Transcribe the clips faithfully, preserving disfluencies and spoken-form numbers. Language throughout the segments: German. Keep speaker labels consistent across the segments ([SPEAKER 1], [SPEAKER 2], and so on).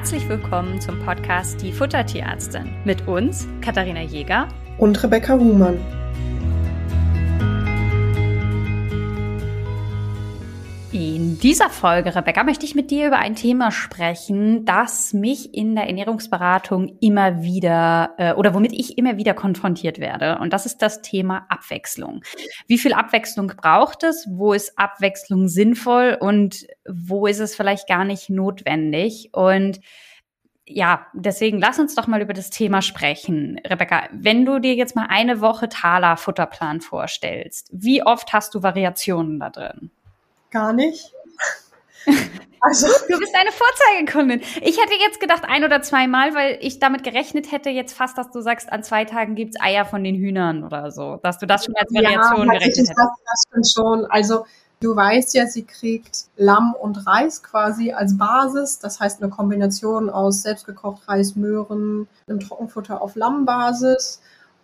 [SPEAKER 1] Herzlich willkommen zum Podcast Die Futtertierärztin mit uns, Katharina Jäger
[SPEAKER 2] und Rebecca Huhmann.
[SPEAKER 1] In dieser Folge, Rebecca, möchte ich mit dir über ein Thema sprechen, das mich in der Ernährungsberatung immer wieder äh, oder womit ich immer wieder konfrontiert werde. Und das ist das Thema Abwechslung. Wie viel Abwechslung braucht es? Wo ist Abwechslung sinnvoll und wo ist es vielleicht gar nicht notwendig? Und ja, deswegen lass uns doch mal über das Thema sprechen. Rebecca, wenn du dir jetzt mal eine Woche Thaler-Futterplan vorstellst, wie oft hast du Variationen da drin?
[SPEAKER 2] Gar nicht. Also
[SPEAKER 1] du bist eine Vorzeigekundin. Ich hätte jetzt gedacht ein oder zweimal, weil ich damit gerechnet hätte jetzt fast, dass du sagst, an zwei Tagen gibt's Eier von den Hühnern oder so, dass du das schon als Variation
[SPEAKER 2] ja,
[SPEAKER 1] gerechnet hättest.
[SPEAKER 2] Das, das stimmt schon. Also du weißt ja, sie kriegt Lamm und Reis quasi als Basis. Das heißt eine Kombination aus selbstgekocht Reis, Möhren, einem Trockenfutter auf Lammbasis.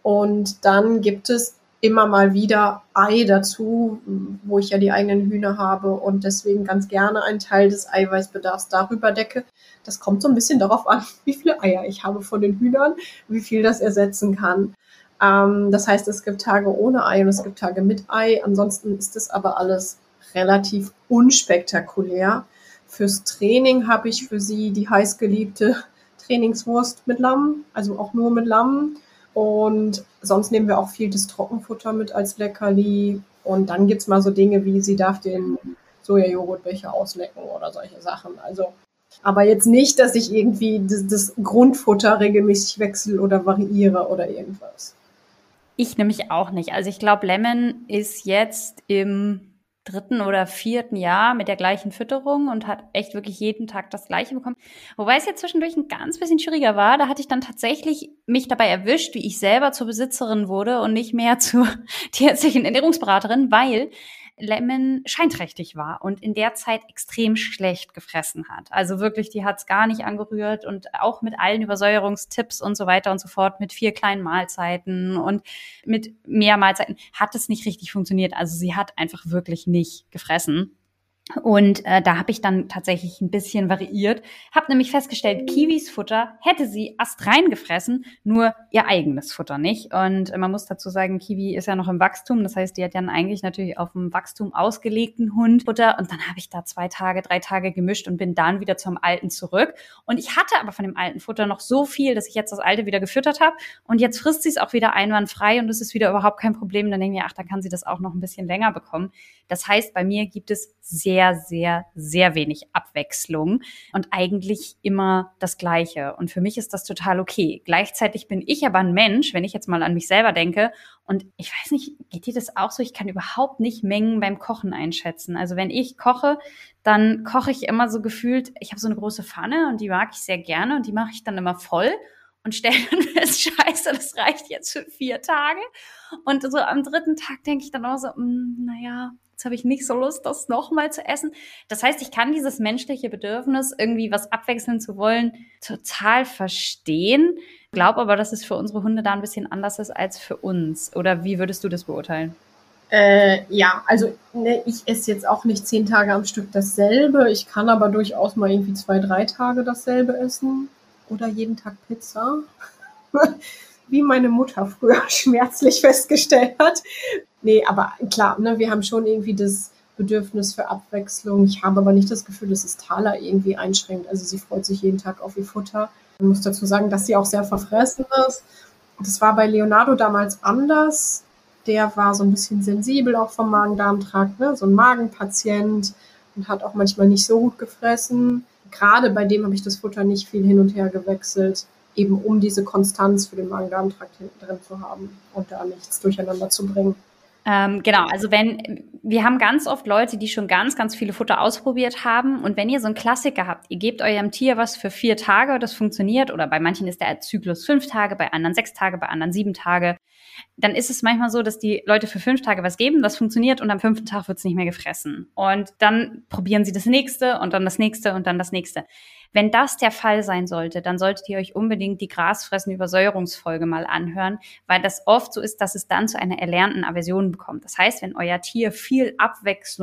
[SPEAKER 2] Und dann gibt es immer mal wieder Ei dazu, wo ich ja die eigenen Hühner habe und deswegen ganz gerne einen Teil des Eiweißbedarfs darüber decke. Das kommt so ein bisschen darauf an, wie viele Eier ich habe von den Hühnern, wie viel das ersetzen kann. Ähm, das heißt, es gibt Tage ohne Ei und es gibt Tage mit Ei. Ansonsten ist das aber alles relativ unspektakulär. Fürs Training habe ich für sie die heißgeliebte Trainingswurst mit Lamm, also auch nur mit Lamm. Und sonst nehmen wir auch viel das Trockenfutter mit als Leckerli. Und dann gibt's mal so Dinge wie, sie darf den Sojajoghurtbecher auslecken oder solche Sachen. Also, aber jetzt nicht, dass ich irgendwie das, das Grundfutter regelmäßig wechsle oder variiere oder irgendwas.
[SPEAKER 1] Ich nämlich auch nicht. Also ich glaube, Lemon ist jetzt im dritten oder vierten Jahr mit der gleichen Fütterung und hat echt wirklich jeden Tag das Gleiche bekommen. Wobei es jetzt zwischendurch ein ganz bisschen schwieriger war. Da hatte ich dann tatsächlich mich dabei erwischt, wie ich selber zur Besitzerin wurde und nicht mehr zur tierärztlichen Ernährungsberaterin, weil Lemon scheinträchtig war und in der Zeit extrem schlecht gefressen hat. Also wirklich, die hat es gar nicht angerührt und auch mit allen Übersäuerungstipps und so weiter und so fort, mit vier kleinen Mahlzeiten und mit mehr Mahlzeiten, hat es nicht richtig funktioniert. Also sie hat einfach wirklich nicht gefressen. Und äh, da habe ich dann tatsächlich ein bisschen variiert. Habe nämlich festgestellt, Kiwis Futter hätte sie astrein gefressen, nur ihr eigenes Futter nicht. Und äh, man muss dazu sagen, Kiwi ist ja noch im Wachstum. Das heißt, die hat dann eigentlich natürlich auf dem Wachstum ausgelegten Hundfutter. Und dann habe ich da zwei Tage, drei Tage gemischt und bin dann wieder zum Alten zurück. Und ich hatte aber von dem alten Futter noch so viel, dass ich jetzt das Alte wieder gefüttert habe. Und jetzt frisst sie es auch wieder einwandfrei und es ist wieder überhaupt kein Problem. Dann denke ich mir, ach, dann kann sie das auch noch ein bisschen länger bekommen. Das heißt, bei mir gibt es sehr, sehr, sehr wenig Abwechslung und eigentlich immer das Gleiche. Und für mich ist das total okay. Gleichzeitig bin ich aber ein Mensch, wenn ich jetzt mal an mich selber denke. Und ich weiß nicht, geht dir das auch so? Ich kann überhaupt nicht Mengen beim Kochen einschätzen. Also wenn ich koche, dann koche ich immer so gefühlt, ich habe so eine große Pfanne und die mag ich sehr gerne und die mache ich dann immer voll. Und stelle dann fest, scheiße, das reicht jetzt für vier Tage. Und so am dritten Tag denke ich dann auch so, naja, jetzt habe ich nicht so Lust, das nochmal zu essen. Das heißt, ich kann dieses menschliche Bedürfnis, irgendwie was abwechseln zu wollen, total verstehen. Glaube aber, dass es für unsere Hunde da ein bisschen anders ist als für uns. Oder wie würdest du das beurteilen?
[SPEAKER 2] Äh, ja, also ne, ich esse jetzt auch nicht zehn Tage am Stück dasselbe. Ich kann aber durchaus mal irgendwie zwei, drei Tage dasselbe essen. Oder jeden Tag Pizza, wie meine Mutter früher schmerzlich festgestellt hat. Nee, aber klar, ne, wir haben schon irgendwie das Bedürfnis für Abwechslung. Ich habe aber nicht das Gefühl, dass es Thaler irgendwie einschränkt. Also sie freut sich jeden Tag auf ihr Futter. Man muss dazu sagen, dass sie auch sehr verfressen ist. Das war bei Leonardo damals anders. Der war so ein bisschen sensibel auch vom Magen-Darm-Trakt, ne? So ein Magenpatient und hat auch manchmal nicht so gut gefressen. Gerade bei dem habe ich das Futter nicht viel hin und her gewechselt, eben um diese Konstanz für den Magen-Darm-Trakt drin zu haben und da nichts durcheinander zu bringen.
[SPEAKER 1] Ähm, genau, also wenn, wir haben ganz oft Leute, die schon ganz, ganz viele Futter ausprobiert haben und wenn ihr so einen Klassiker habt, ihr gebt eurem Tier was für vier Tage, das funktioniert oder bei manchen ist der Zyklus fünf Tage, bei anderen sechs Tage, bei anderen sieben Tage, dann ist es manchmal so, dass die Leute für fünf Tage was geben, das funktioniert und am fünften Tag wird es nicht mehr gefressen. Und dann probieren sie das nächste und dann das nächste und dann das nächste. Wenn das der Fall sein sollte, dann solltet ihr euch unbedingt die Grasfressen-Übersäuerungsfolge mal anhören, weil das oft so ist, dass es dann zu einer erlernten Aversion bekommt. Das heißt, wenn euer Tier viel Abwechslung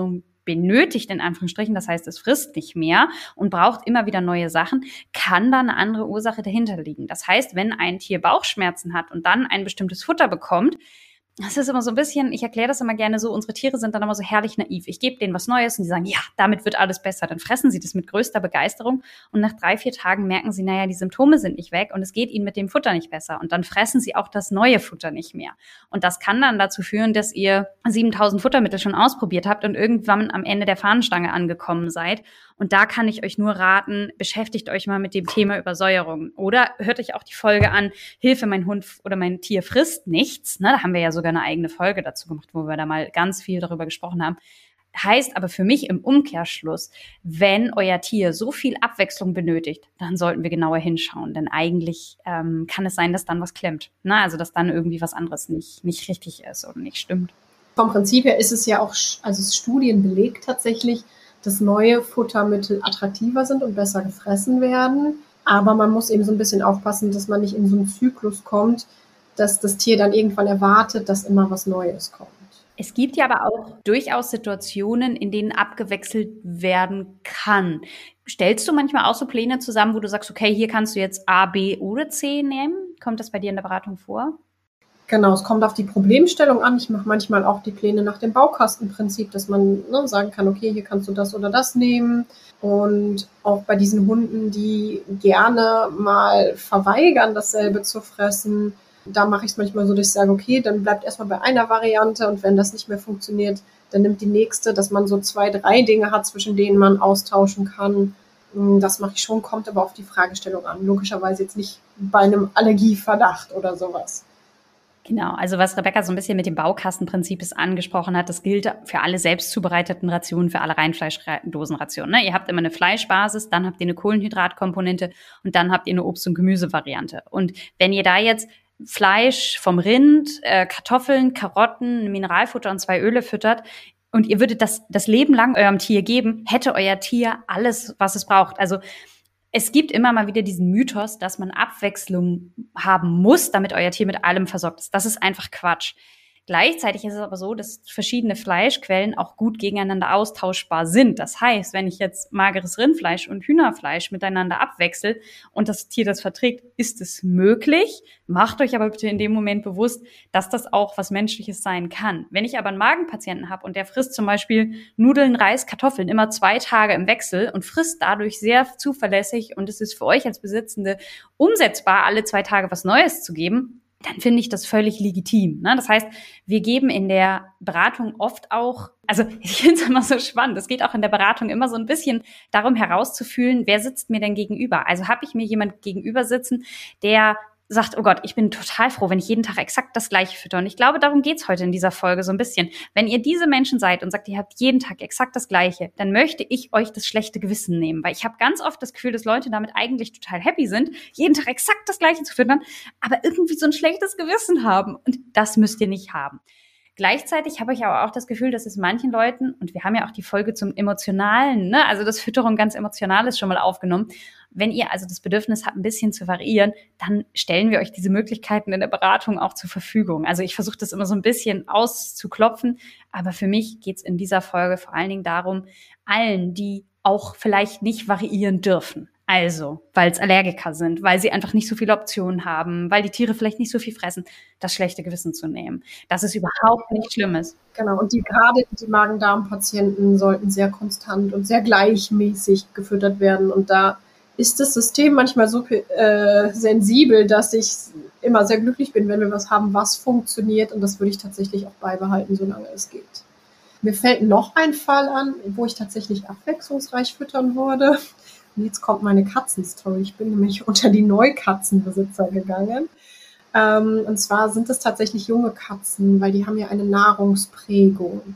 [SPEAKER 1] benötigt, in Anführungsstrichen, das heißt, es frisst nicht mehr und braucht immer wieder neue Sachen, kann da eine andere Ursache dahinter liegen. Das heißt, wenn ein Tier Bauchschmerzen hat und dann ein bestimmtes Futter bekommt, das ist immer so ein bisschen, ich erkläre das immer gerne so, unsere Tiere sind dann immer so herrlich naiv. Ich gebe denen was Neues und die sagen, ja, damit wird alles besser. Dann fressen sie das mit größter Begeisterung und nach drei, vier Tagen merken sie, naja, die Symptome sind nicht weg und es geht ihnen mit dem Futter nicht besser. Und dann fressen sie auch das neue Futter nicht mehr. Und das kann dann dazu führen, dass ihr siebentausend Futtermittel schon ausprobiert habt und irgendwann am Ende der Fahnenstange angekommen seid. Und da kann ich euch nur raten, beschäftigt euch mal mit dem Thema Übersäuerung. Oder hört euch auch die Folge an, Hilfe, mein Hund oder mein Tier frisst nichts. Ne, da haben wir ja sogar eine eigene Folge dazu gemacht, wo wir da mal ganz viel darüber gesprochen haben. Heißt aber für mich im Umkehrschluss, wenn euer Tier so viel Abwechslung benötigt, dann sollten wir genauer hinschauen. Denn eigentlich ähm, kann es sein, dass dann was klemmt. Ne? Also dass dann irgendwie was anderes nicht, nicht richtig ist oder nicht stimmt.
[SPEAKER 2] Vom Prinzip her ist es ja auch, also Studien belegt tatsächlich, dass neue Futtermittel attraktiver sind und besser gefressen werden. Aber man muss eben so ein bisschen aufpassen, dass man nicht in so einen Zyklus kommt, dass das Tier dann irgendwann erwartet, dass immer was Neues kommt.
[SPEAKER 1] Es gibt ja aber auch durchaus Situationen, in denen abgewechselt werden kann. Stellst du manchmal auch so Pläne zusammen, wo du sagst, okay, hier kannst du jetzt A, B oder C nehmen? Kommt das bei dir in der Beratung vor?
[SPEAKER 2] Genau, es kommt auf die Problemstellung an. Ich mache manchmal auch die Pläne nach dem Baukastenprinzip, dass man ne, sagen kann, okay, hier kannst du das oder das nehmen. Und auch bei diesen Hunden, die gerne mal verweigern, dasselbe zu fressen, da mache ich es manchmal so, dass ich sage, okay, dann bleibt erstmal bei einer Variante und wenn das nicht mehr funktioniert, dann nimmt die nächste, dass man so zwei, drei Dinge hat, zwischen denen man austauschen kann. Das mache ich schon, kommt aber auf die Fragestellung an. Logischerweise jetzt nicht bei einem Allergieverdacht oder sowas.
[SPEAKER 1] Genau, also was Rebecca so ein bisschen mit dem Baukastenprinzip ist angesprochen hat, das gilt für alle selbst zubereiteten Rationen, für alle Reinfleischdosenrationen. Ne? Ihr habt immer eine Fleischbasis, dann habt ihr eine Kohlenhydratkomponente und dann habt ihr eine Obst- und Gemüsevariante. Und wenn ihr da jetzt Fleisch vom Rind, äh, Kartoffeln, Karotten, Mineralfutter und zwei Öle füttert und ihr würdet das das Leben lang eurem Tier geben, hätte euer Tier alles, was es braucht. Also es gibt immer mal wieder diesen Mythos, dass man Abwechslung haben muss, damit euer Tier mit allem versorgt ist. Das ist einfach Quatsch. Gleichzeitig ist es aber so, dass verschiedene Fleischquellen auch gut gegeneinander austauschbar sind. Das heißt, wenn ich jetzt mageres Rindfleisch und Hühnerfleisch miteinander abwechsel und das Tier das verträgt, ist es möglich. Macht euch aber bitte in dem Moment bewusst, dass das auch was Menschliches sein kann. Wenn ich aber einen Magenpatienten habe und der frisst zum Beispiel Nudeln, Reis, Kartoffeln immer zwei Tage im Wechsel und frisst dadurch sehr zuverlässig und es ist für euch als Besitzende umsetzbar, alle zwei Tage was Neues zu geben, dann finde ich das völlig legitim. Ne? Das heißt, wir geben in der Beratung oft auch, also ich finde es immer so spannend, es geht auch in der Beratung immer so ein bisschen darum herauszufühlen, wer sitzt mir denn gegenüber? Also habe ich mir jemand gegenüber sitzen, der sagt, oh Gott, ich bin total froh, wenn ich jeden Tag exakt das Gleiche fütter. Und ich glaube, darum geht's heute in dieser Folge so ein bisschen. Wenn ihr diese Menschen seid und sagt, ihr habt jeden Tag exakt das Gleiche, dann möchte ich euch das schlechte Gewissen nehmen. Weil ich habe ganz oft das Gefühl, dass Leute damit eigentlich total happy sind, jeden Tag exakt das Gleiche zu füttern, aber irgendwie so ein schlechtes Gewissen haben. Und das müsst ihr nicht haben. Gleichzeitig habe ich aber auch das Gefühl, dass es manchen Leuten, und wir haben ja auch die Folge zum Emotionalen, ne, also das Fütterung ganz emotional ist schon mal aufgenommen. Wenn ihr also das Bedürfnis habt, ein bisschen zu variieren, dann stellen wir euch diese Möglichkeiten in der Beratung auch zur Verfügung. Also ich versuche das immer so ein bisschen auszuklopfen, aber für mich geht es in dieser Folge vor allen Dingen darum, allen, die auch vielleicht nicht variieren dürfen. Also, weil es Allergiker sind, weil sie einfach nicht so viele Optionen haben, weil die Tiere vielleicht nicht so viel fressen, das schlechte Gewissen zu nehmen. Das ist überhaupt nicht Schlimmes.
[SPEAKER 2] Genau, und die gerade die Magen-Darm-Patienten sollten sehr konstant und sehr gleichmäßig gefüttert werden. Und da ist das System manchmal so äh, sensibel, dass ich immer sehr glücklich bin, wenn wir was haben, was funktioniert. Und das würde ich tatsächlich auch beibehalten, solange es geht. Mir fällt noch ein Fall an, wo ich tatsächlich abwechslungsreich füttern würde. Und jetzt kommt meine Katzenstory. Ich bin nämlich unter die Neukatzenbesitzer gegangen. Ähm, und zwar sind es tatsächlich junge Katzen, weil die haben ja eine Nahrungsprägung.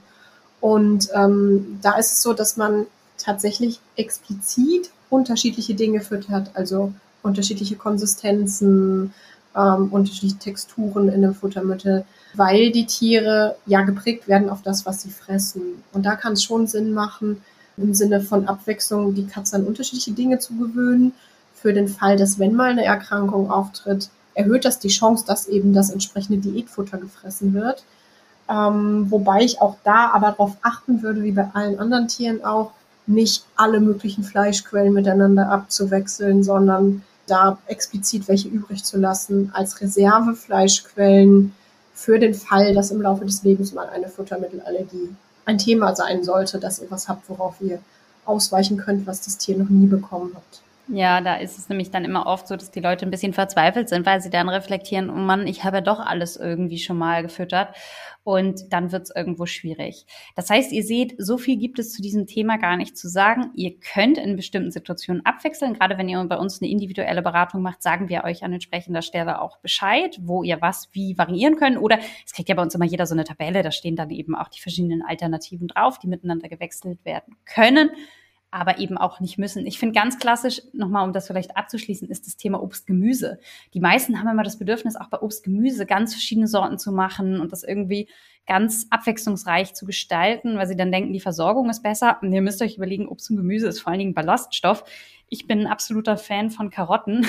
[SPEAKER 2] Und ähm, da ist es so, dass man tatsächlich explizit unterschiedliche Dinge füttert, also unterschiedliche Konsistenzen, ähm, unterschiedliche Texturen in dem Futtermittel, weil die Tiere ja geprägt werden auf das, was sie fressen. Und da kann es schon Sinn machen, im Sinne von Abwechslung die Katze an unterschiedliche Dinge zu gewöhnen. Für den Fall, dass wenn mal eine Erkrankung auftritt, erhöht das die Chance, dass eben das entsprechende Diätfutter gefressen wird. Ähm, wobei ich auch da aber darauf achten würde, wie bei allen anderen Tieren auch, nicht alle möglichen Fleischquellen miteinander abzuwechseln, sondern da explizit welche übrig zu lassen als Reservefleischquellen für den Fall, dass im Laufe des Lebens mal eine Futtermittelallergie ein Thema sein sollte, dass ihr was habt, worauf ihr ausweichen könnt, was das Tier noch nie bekommen hat.
[SPEAKER 1] Ja, da ist es nämlich dann immer oft so, dass die Leute ein bisschen verzweifelt sind, weil sie dann reflektieren, oh Mann, ich habe ja doch alles irgendwie schon mal gefüttert. Und dann wird es irgendwo schwierig. Das heißt, ihr seht, so viel gibt es zu diesem Thema gar nicht zu sagen. Ihr könnt in bestimmten Situationen abwechseln. Gerade wenn ihr bei uns eine individuelle Beratung macht, sagen wir euch an entsprechender Stelle auch Bescheid, wo ihr was wie variieren könnt. Oder es kriegt ja bei uns immer jeder so eine Tabelle, da stehen dann eben auch die verschiedenen Alternativen drauf, die miteinander gewechselt werden können, aber eben auch nicht müssen. Ich finde ganz klassisch, nochmal um das vielleicht abzuschließen, ist das Thema Obst-Gemüse. Die meisten haben immer das Bedürfnis, auch bei Obst-Gemüse ganz verschiedene Sorten zu machen und das irgendwie ganz abwechslungsreich zu gestalten, weil sie dann denken, die Versorgung ist besser. Und ihr müsst euch überlegen, Obst und Gemüse ist vor allen Dingen Ballaststoff. Ich bin ein absoluter Fan von Karotten,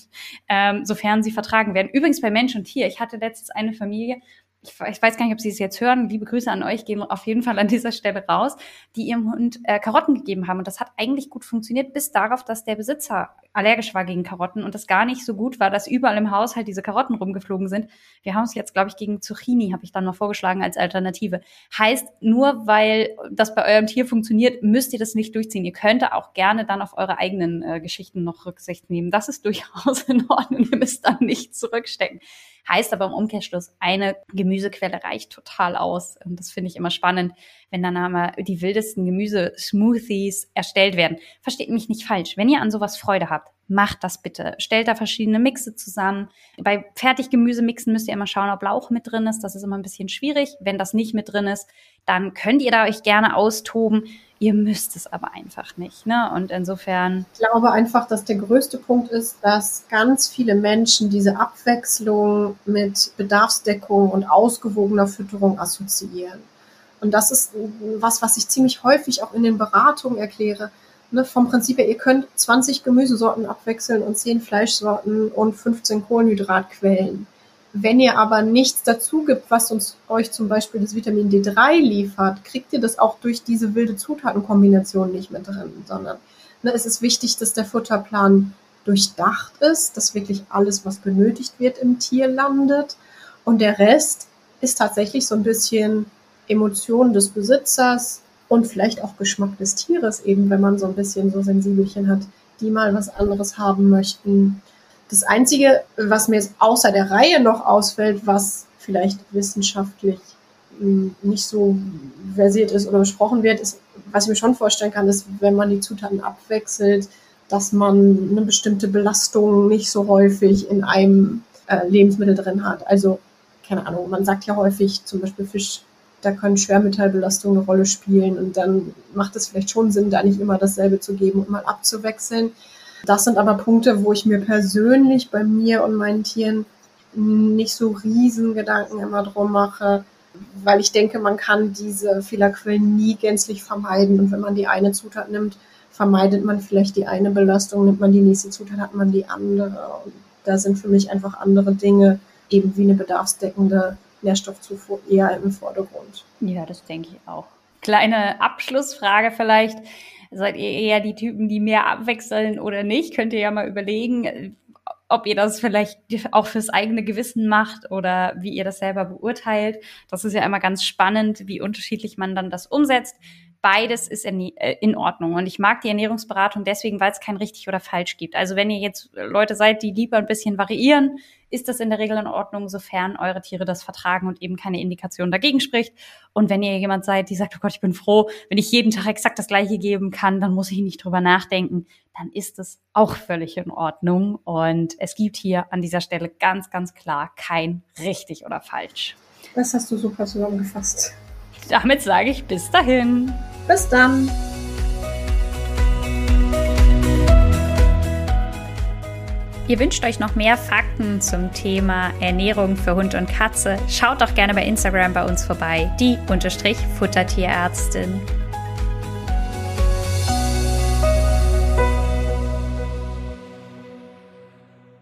[SPEAKER 1] ähm, sofern sie vertragen werden. Übrigens bei Mensch und Tier. Ich hatte letztens eine Familie, ich, ich weiß gar nicht, ob Sie es jetzt hören, liebe Grüße an euch, gehen auf jeden Fall an dieser Stelle raus, die ihrem Hund äh, Karotten gegeben haben. Und das hat eigentlich gut funktioniert, bis darauf, dass der Besitzer allergisch war gegen Karotten und das gar nicht so gut war, dass überall im Haushalt diese Karotten rumgeflogen sind. Wir haben es jetzt, glaube ich, gegen Zucchini, habe ich dann mal vorgeschlagen als Alternative. Heißt, nur weil das bei eurem Tier funktioniert, müsst ihr das nicht durchziehen. Ihr könnt auch gerne dann auf eure eigenen äh, Geschichten noch Rücksicht nehmen. Das ist durchaus in Ordnung. Ihr müsst dann nicht zurückstecken. Heißt aber im Umkehrschluss, eine Gemüsequelle reicht total aus. Und das finde ich immer spannend, wenn dann einmal die wildesten Gemüse-Smoothies erstellt werden. Versteht mich nicht falsch. Wenn ihr an sowas Freude habt, macht das bitte. Stellt da verschiedene Mixe zusammen. Bei Fertiggemüsemixen müsst ihr immer schauen, ob Lauch mit drin ist. Das ist immer ein bisschen schwierig. Wenn das nicht mit drin ist, dann könnt ihr da euch gerne austoben. Ihr müsst es aber einfach nicht, ne? Und insofern...
[SPEAKER 2] Ich glaube einfach, dass der größte Punkt ist, dass ganz viele Menschen diese Abwechslung mit Bedarfsdeckung und ausgewogener Fütterung assoziieren. Und das ist was, was ich ziemlich häufig auch in den Beratungen erkläre. Ne, vom Prinzip her, ihr könnt zwanzig Gemüsesorten abwechseln und zehn Fleischsorten und fünfzehn Kohlenhydratquellen. Wenn ihr aber nichts dazu gibt, was uns euch zum Beispiel das Vitamin D drei liefert, kriegt ihr das auch durch diese wilde Zutatenkombination nicht mehr drin, sondern ne, es ist wichtig, dass der Futterplan durchdacht ist, dass wirklich alles, was benötigt wird, im Tier landet. Und der Rest ist tatsächlich so ein bisschen Emotionen des Besitzers und vielleicht auch Geschmack des Tieres, eben wenn man so ein bisschen so Sensibelchen hat, die mal was anderes haben möchten. Das Einzige, was mir jetzt außer der Reihe noch ausfällt, was vielleicht wissenschaftlich nicht so versiert ist oder besprochen wird, ist, was ich mir schon vorstellen kann, ist, wenn man die Zutaten abwechselt, dass man eine bestimmte Belastung nicht so häufig in einem äh, Lebensmittel drin hat. Also, keine Ahnung, man sagt ja häufig, zum Beispiel Fisch, da können Schwermetallbelastungen eine Rolle spielen und dann macht es vielleicht schon Sinn, da nicht immer dasselbe zu geben und mal abzuwechseln. Das sind aber Punkte, wo ich mir persönlich bei mir und meinen Tieren nicht so riesen Gedanken immer drum mache, weil ich denke, man kann diese Fehlerquellen nie gänzlich vermeiden. Und wenn man die eine Zutat nimmt, vermeidet man vielleicht die eine Belastung, nimmt man die nächste Zutat, hat man die andere. Und da sind für mich einfach andere Dinge, eben wie eine bedarfsdeckende Nährstoffzufuhr, eher im Vordergrund.
[SPEAKER 1] Ja, das denke ich auch. Kleine Abschlussfrage vielleicht. Seid ihr eher die Typen, die mehr abwechseln oder nicht? Könnt ihr ja mal überlegen, ob ihr das vielleicht auch fürs eigene Gewissen macht oder wie ihr das selber beurteilt. Das ist ja immer ganz spannend, wie unterschiedlich man dann das umsetzt. Beides ist in Ordnung. Und ich mag die Ernährungsberatung deswegen, weil es kein richtig oder falsch gibt. Also wenn ihr jetzt Leute seid, die lieber ein bisschen variieren, ist das in der Regel in Ordnung, sofern eure Tiere das vertragen und eben keine Indikation dagegen spricht. Und wenn ihr jemand seid, die sagt, oh Gott, ich bin froh, wenn ich jeden Tag exakt das Gleiche geben kann, dann muss ich nicht drüber nachdenken, dann ist es auch völlig in Ordnung. Und es gibt hier an dieser Stelle ganz, ganz klar kein richtig oder falsch.
[SPEAKER 2] Das hast du super zusammengefasst.
[SPEAKER 1] Damit sage ich bis dahin.
[SPEAKER 2] Bis dann.
[SPEAKER 1] Ihr wünscht euch noch mehr Fakten zum Thema Ernährung für Hund und Katze? Schaut doch gerne bei Instagram bei uns vorbei, die Unterstrich Futtertierärztin.